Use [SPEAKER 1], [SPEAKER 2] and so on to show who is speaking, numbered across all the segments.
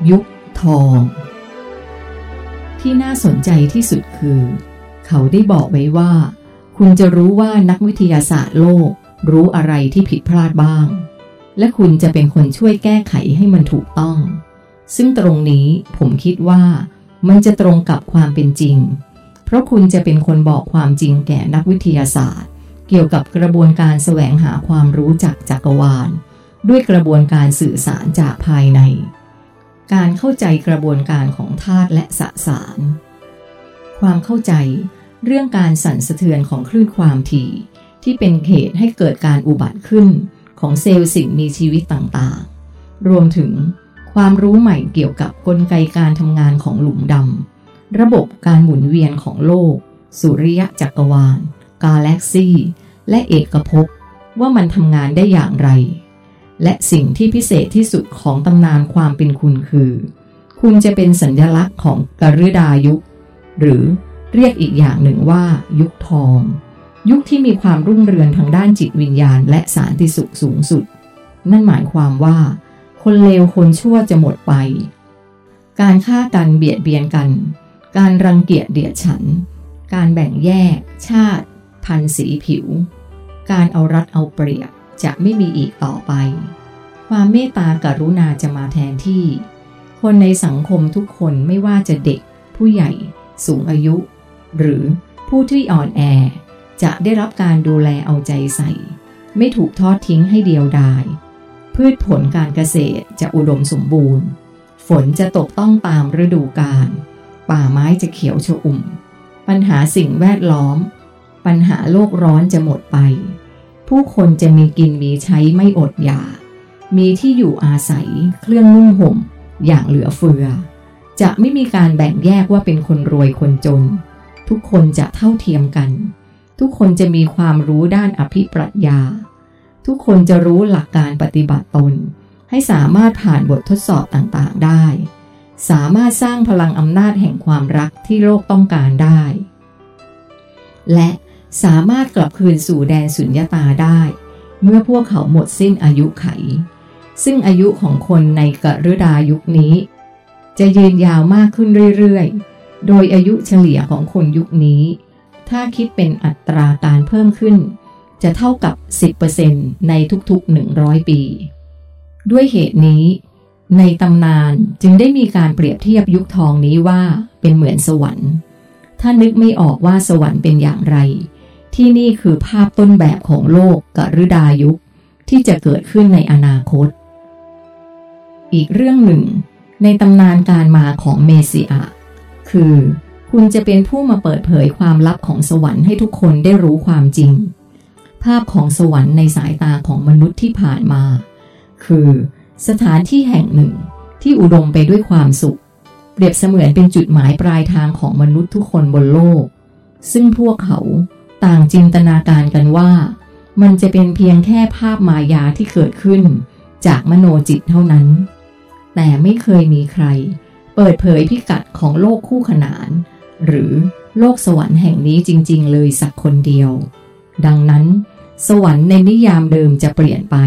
[SPEAKER 1] ยุคทองที่น่าสนใจที่สุดคือเขาได้บอกไว้ว่าคุณจะรู้ว่านักวิทยาศาสตร์โลกรู้อะไรที่ผิดพลาดบ้างและคุณจะเป็นคนช่วยแก้ไขให้มันถูกต้องซึ่งตรงนี้ผมคิดว่ามันจะตรงกับความเป็นจริงเพราะคุณจะเป็นคนบอกความจริงแก่นักวิทยาศาสตร์เกี่ยวกับกระบวนการแสวงหาความรู้จากจักรวาลด้วยกระบวนการสื่อสารจากภายในการเข้าใจกระบวนการของธาตุและสสารความเข้าใจเรื่องการสั่นสะเทือนของคลื่นความถี่ที่เป็นเหตุให้เกิดการอุบัติขึ้นของเซลล์สิ่งมีชีวิตต่างๆรวมถึงความรู้ใหม่เกี่ยวกับกลไกการทำงานของหลุมดำระบบการหมุนเวียนของโลกสุริยะจักรวาลกาแล็กซีและเอกภพว่ามันทำงานได้อย่างไรและสิ่งที่พิเศษที่สุดของตำนานความเป็นคุณคือคุณจะเป็นสัญลักษณ์ของกฤดายุคหรือเรียกอีกอย่างหนึ่งว่ายุคทองยุคที่มีความรุ่งเรืองทางด้านจิตวิญญาณและสันติสุขสูงสุดนั่นหมายความว่าคนเลวคนชั่วจะหมดไปการฆ่ากันเบียดเบียนกันการรังเกียจเดียดฉันการแบ่งแยกชาติพันธุ์สีผิวการเอารัดเอาเปรียบจะไม่มีอีกต่อไปความเมตตากรุณาจะมาแทนที่คนในสังคมทุกคนไม่ว่าจะเด็กผู้ใหญ่สูงอายุหรือผู้ที่อ่อนแอจะได้รับการดูแลเอาใจใส่ไม่ถูกทอดทิ้งให้เดียวดายพืชผลการเกษตรจะอุดมสมบูรณ์ฝนจะตกต้องตามฤดูกาลป่าไม้จะเขียวชอุ่มปัญหาสิ่งแวดล้อมปัญหาโลกร้อนจะหมดไปผู้คนจะมีกินมีใช้ไม่อดอยากมีที่อยู่อาศัยเครื่องนุ่งห่มอย่างเหลือเฟือจะไม่มีการแบ่งแยกว่าเป็นคนรวยคนจนทุกคนจะเท่าเทียมกันทุกคนจะมีความรู้ด้านอภิปรัชญาทุกคนจะรู้หลักการปฏิบัติตนให้สามารถผ่านบททดสอบต่างๆได้สามารถสร้างพลังอำนาจแห่งความรักที่โลกต้องการได้และสามารถกลับคืนสู่แดนสุญญตาได้เมื่อพวกเขาหมดสิ้นอายุไขซึ่งอายุของคนในกฤดายุคนี้จะยืนยาวมากขึ้นเรื่อยๆโดยอายุเฉลี่ยของคนยุคนี้ถ้าคิดเป็นอัตราการเพิ่มขึ้นจะเท่ากับ 10% ในทุกๆ100ปีด้วยเหตุนี้ในตำนานจึงได้มีการเปรียบเทียบยุคทองนี้ว่าเป็นเหมือนสวรรค์ถ้านึกไม่ออกว่าสวรรค์เป็นอย่างไรที่นี่คือภาพต้นแบบของโลกกฤดายุคที่จะเกิดขึ้นในอนาคตอีกเรื่องหนึ่งในตำนานการมาของเมสสิอาคือคุณจะเป็นผู้มาเปิดเผยความลับของสวรรค์ให้ทุกคนได้รู้ความจริงภาพของสวรรค์ในสายตาของมนุษย์ที่ผ่านมาคือสถานที่แห่งหนึ่งที่อุดมไปด้วยความสุขเปรียบเสมือนเป็นจุดหมายปลายทางของมนุษย์ทุกคนบนโลกซึ่งพวกเขาต่างจินตนาการกันว่ามันจะเป็นเพียงแค่ภาพมายาที่เกิดขึ้นจากมโนจิตเท่านั้นแต่ไม่เคยมีใครเปิดเผยพิกัดของโลกคู่ขนานหรือโลกสวรรค์แห่งนี้จริงๆเลยสักคนเดียวดังนั้นสวรรค์ในนิยามเดิมจะเปลี่ยนไป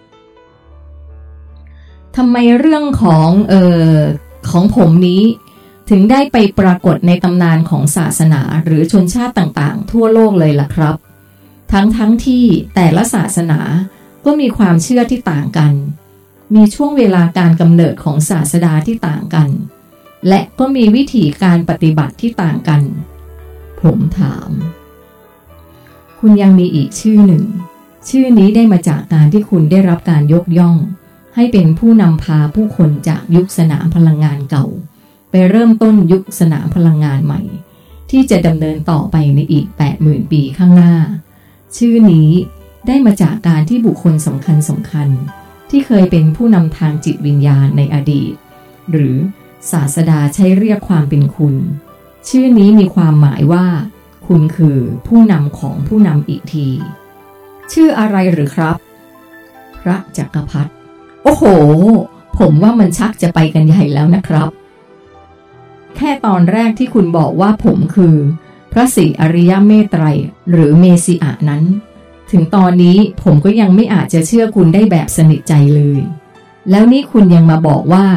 [SPEAKER 1] ทำไมเรื่องของผมนี้ถึงได้ไปปรากฏในตำนานของศาสนาหรือชนชาติต่างๆทั่วโลกเลยล่ะครับทั้งที่แต่ละศาสนาก็มีความเชื่อที่ต่างกันมีช่วงเวลาการกำเนิดของศาสดาที่ต่างกันและก็มีวิธีการปฏิบัติที่ต่างกันผมถามคุณยังมีอีกชื่อหนึ่งชื่อนี้ได้มาจากการที่คุณได้รับการยกย่องให้เป็นผู้นำพาผู้คนจากยุคสนามพลังงานเก่าไปเริ่มต้นยุคสนามพลังงานใหม่ที่จะดำเนินต่อไปในอีก 80,000 ปีข้างหน้าชื่อนี้ได้มาจากการที่บุคคลสำคัญที่เคยเป็นผู้นำทางจิตวิญญาณในอดีตหรือศาสดาใช้เรียกความเป็นคุณชื่อนี้มีความหมายว่าคุณคือผู้นำของผู้นำอีกทีชื่ออะไรหรือครับพระจักรพรรดิโอ้โหผมว่ามันชักจะไปกันใหญ่แล้วนะครับแค่ตอนแรกที่คุณบอกว่าผมคือพระศรีอริยเมตไตรหรือเมสสิอานั้นถึงตอนนี้ผมก็ยังไม่อาจจะเชื่อคุณได้แบบสนิทใจเลยแล้วนี่คุณยังมาบอกว่า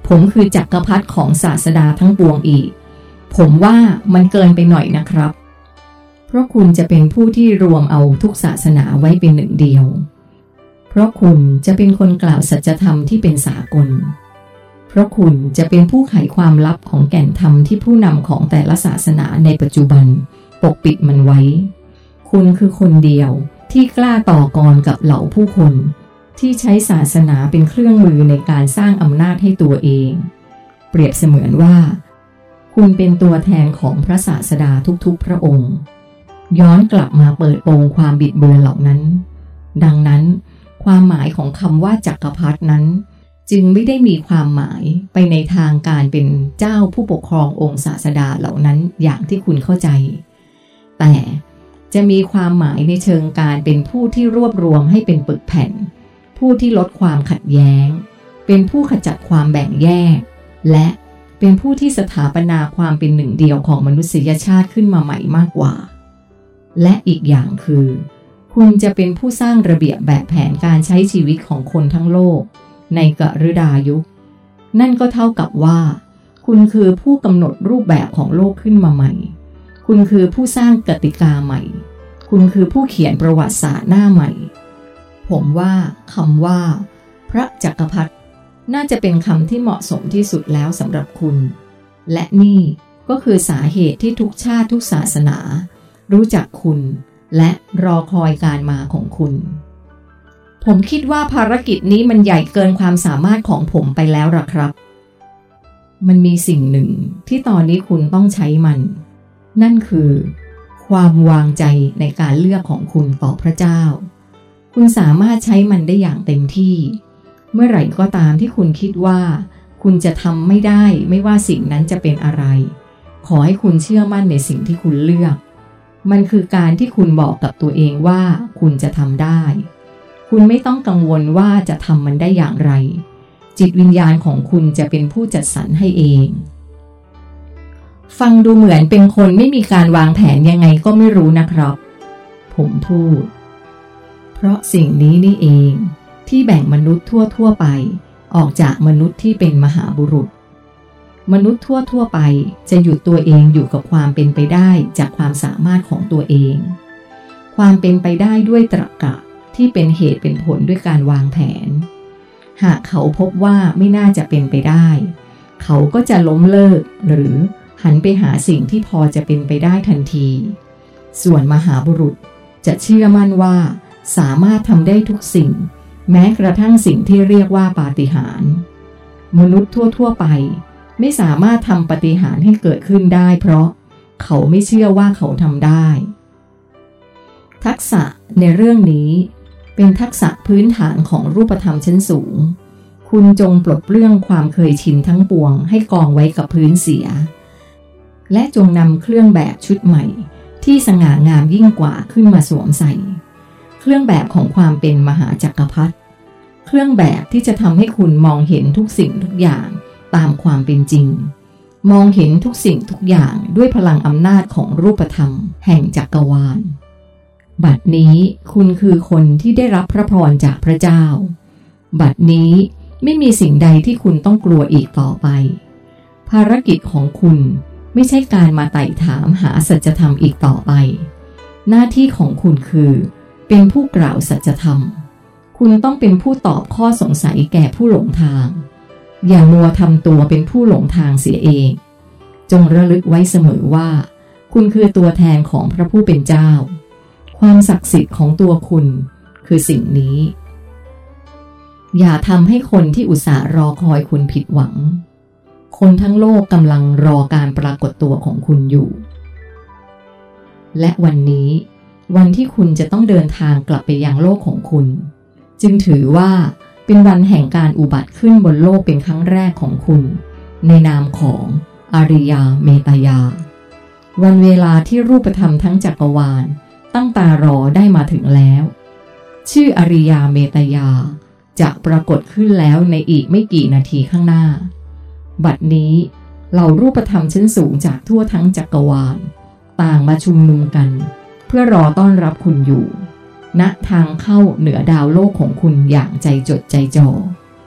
[SPEAKER 1] ผมคือจักรพรรดิของศาสดาทั้งปวงอีกผมว่ามันเกินไปหน่อยนะครับเพราะคุณจะเป็นผู้ที่รวมเอาทุกศาสนาไว้เป็นหนึ่งเดียวเพราะคุณจะเป็นคนกล่าวสัจธรรมที่เป็นสากลเพราะคุณจะเป็นผู้ไขความลับของแก่นธรรมที่ผู้นำของแต่ละศาสนาในปัจจุบันปกปิดมันไว้คุณคือคนเดียวที่กล้าต่อกรกับเหล่าผู้คนที่ใช้ศาสนาเป็นเครื่องมือในการสร้างอำนาจให้ตัวเองเปรียบเสมือนว่าคุณเป็นตัวแทนของพระศาสดาทุกๆพระองค์ย้อนกลับมาเปิดโปงความบิดเบือนเหล่านั้นดังนั้นความหมายของคำว่าจักรพรรดินั้นจึงไม่ได้มีความหมายไปในทางการเป็นเจ้าผู้ปกครององค์ศาสดาเหล่านั้นอย่างที่คุณเข้าใจแต่จะมีความหมายในเชิงการเป็นผู้ที่รวบรวมให้เป็นปึกแผ่นผู้ที่ลดความขัดแย้งเป็นผู้ขจัดความแบ่งแยกและเป็นผู้ที่สถาปนาความเป็นหนึ่งเดียวของมนุษยชาติขึ้นมาใหม่มากกว่าและอีกอย่างคือคุณจะเป็นผู้สร้างระเบียบแบบแผนการใช้ชีวิตของคนทั้งโลกในกฤดายุคนั่นก็เท่ากับว่าคุณคือผู้กำหนดรูปแบบของโลกขึ้นมาใหม่คุณคือผู้สร้างกติกาใหม่คุณคือผู้เขียนประวัติศาสตร์หน้าใหม่ผมว่าคำว่าพระจักรพรรดิน่าจะเป็นคำที่เหมาะสมที่สุดแล้วสำหรับคุณและนี่ก็คือสาเหตุที่ทุกชาติทุกศาสนารู้จักคุณและรอคอยการมาของคุณผมคิดว่าภารกิจนี้มันใหญ่เกินความสามารถของผมไปแล้วล่ะครับมันมีสิ่งหนึ่งที่ตอนนี้คุณต้องใช้มันนั่นคือความวางใจในการเลือกของคุณต่อพระเจ้าคุณสามารถใช้มันได้อย่างเต็มที่เมื่อไหร่ก็ตามที่คุณคิดว่าคุณจะทำไม่ได้ไม่ว่าสิ่งนั้นจะเป็นอะไรขอให้คุณเชื่อมั่นในสิ่งที่คุณเลือกมันคือการที่คุณบอกกับตัวเองว่าคุณจะทำได้คุณไม่ต้องกังวลว่าจะทำมันได้อย่างไรจิตวิญญาณของคุณจะเป็นผู้จัดสรรให้เองฟังดูเหมือนเป็นคนไม่มีการวางแผนยังไงก็ไม่รู้นะครับผมพูดเพราะสิ่งนี้นี่เองที่แบ่งมนุษย์ทั่วไปออกจากมนุษย์ที่เป็นมหาบุรุษมนุษย์ทั่วไปจะหยุดตัวเองอยู่กับความเป็นไปได้จากความสามารถของตัวเองความเป็นไปได้ด้วยตรรกะที่เป็นเหตุเป็นผลด้วยการวางแผนหากเขาพบว่าไม่น่าจะเป็นไปได้เขาก็จะล้มเลิกหรือหันไปหาสิ่งที่พอจะเป็นไปได้ทันทีส่วนมหาบุรุษจะเชื่อมั่นว่าสามารถทำได้ทุกสิ่งแม้กระทั่งสิ่งที่เรียกว่าปาฏิหาริย์มนุษย์ทั่วไปไม่สามารถทำปาฏิหาริย์ให้เกิดขึ้นได้เพราะเขาไม่เชื่อว่าเขาทำได้ทักษะในเรื่องนี้เป็นทักษะพื้นฐานของรูปธรรมชั้นสูงคุณจงปลดเปลื้องความเคยชินทั้งปวงให้กองไว้กับพื้นเสียและจงนำเครื่องแบบชุดใหม่ที่สง่างามยิ่งกว่าขึ้นมาสวมใส่เครื่องแบบของความเป็นมหาจักรพรรดิเครื่องแบบที่จะทำให้คุณมองเห็นทุกสิ่งทุกอย่างตามความเป็นจริงมองเห็นทุกสิ่งทุกอย่างด้วยพลังอำนาจของรูปธรรมแห่งจักรวาลบัดนี้คุณคือคนที่ได้รับพระพรจากพระเจ้าบัดนี้ไม่มีสิ่งใดที่คุณต้องกลัวอีกต่อไปภารกิจของคุณไม่ใช่การมาไต่ถามหาสัจธรรมอีกต่อไปหน้าที่ของคุณคือเป็นผู้กล่าวสัจธรรมคุณต้องเป็นผู้ตอบข้อสงสัยแก่ผู้หลงทางอย่ามัวทำตัวเป็นผู้หลงทางเสียเองจงระลึกไว้เสมอว่าคุณคือตัวแทนของพระผู้เป็นเจ้าความศักดิ์สิทธิ์ของตัวคุณคือสิ่งนี้อย่าทำให้คนที่อุตส่าห์รอคอยคุณผิดหวังคนทั้งโลกกำลังรอการปรากฏตัวของคุณอยู่และวันนี้วันที่คุณจะต้องเดินทางกลับไปยังโลกของคุณจึงถือว่าเป็นวันแห่งการอุบัติขึ้นบนโลกเป็นครั้งแรกของคุณในนามของอาริยาเมตยาวันเวลาที่รูปธรรมทั้งจักรวาลตั้งตารอได้มาถึงแล้วชื่ออาริยาเมตยาจะปรากฏขึ้นแล้วในอีกไม่กี่นาทีข้างหน้าบัดนี้เหล่ารูปธรรมชั้นสูงจากทั่วทั้งจักรวาลต่างมาชุมนุมกันเพื่อรอต้อนรับคุณอยู่ณทางเข้าเหนือดาวโลกของคุณอย่างใจจดใจจ่อ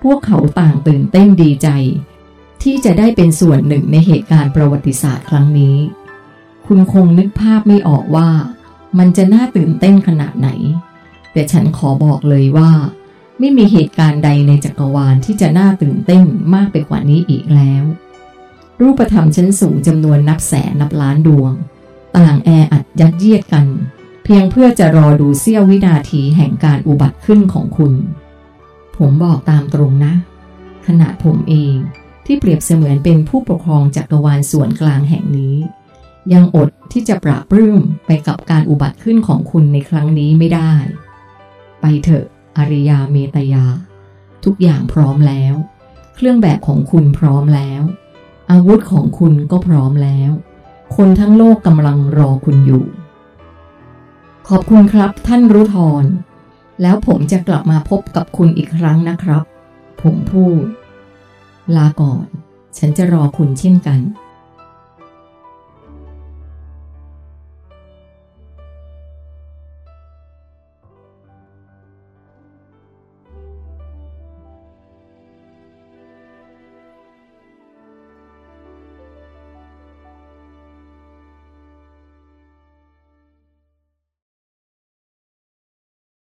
[SPEAKER 1] พวกเขาต่างตื่นเต้นดีใจที่จะได้เป็นส่วนหนึ่งในเหตุการณ์ประวัติศาสตร์ครั้งนี้คุณคงนึกภาพไม่ออกว่ามันจะน่าตื่นเต้นขนาดไหนแต่ฉันขอบอกเลยว่าไม่มีเหตุการณ์ใดในจักรวาลที่จะน่าตื่นเต้นมากไปกว่านี้อีกแล้วรูปธรรมชั้นสูงจำนวนนับแสนนับล้านดวงต่างแออัดยัดเยียดกันเพียงเพื่อจะรอดูเสี้ยววินาทีแห่งการอุบัติขึ้นของคุณผมบอกตามตรงนะขณะผมเองที่เปรียบเสมือนเป็นผู้ปกครองจักรวาลส่วนกลางแห่งนี้ยังอดที่จะปราบปลื้มไปกับการอุบัติขึ้นของคุณในครั้งนี้ไม่ได้ไปเถอะอริยาเมตยาทุกอย่างพร้อมแล้วเครื่องแบบของคุณพร้อมแล้วอาวุธของคุณก็พร้อมแล้วคนทั้งโลกกำลังรอคุณอยู่ขอบคุณครับท่านรุธรแล้วผมจะกลับมาพบกับคุณอีกครั้งนะครับผมพูดลาก่อนฉันจะรอคุณเช่นกัน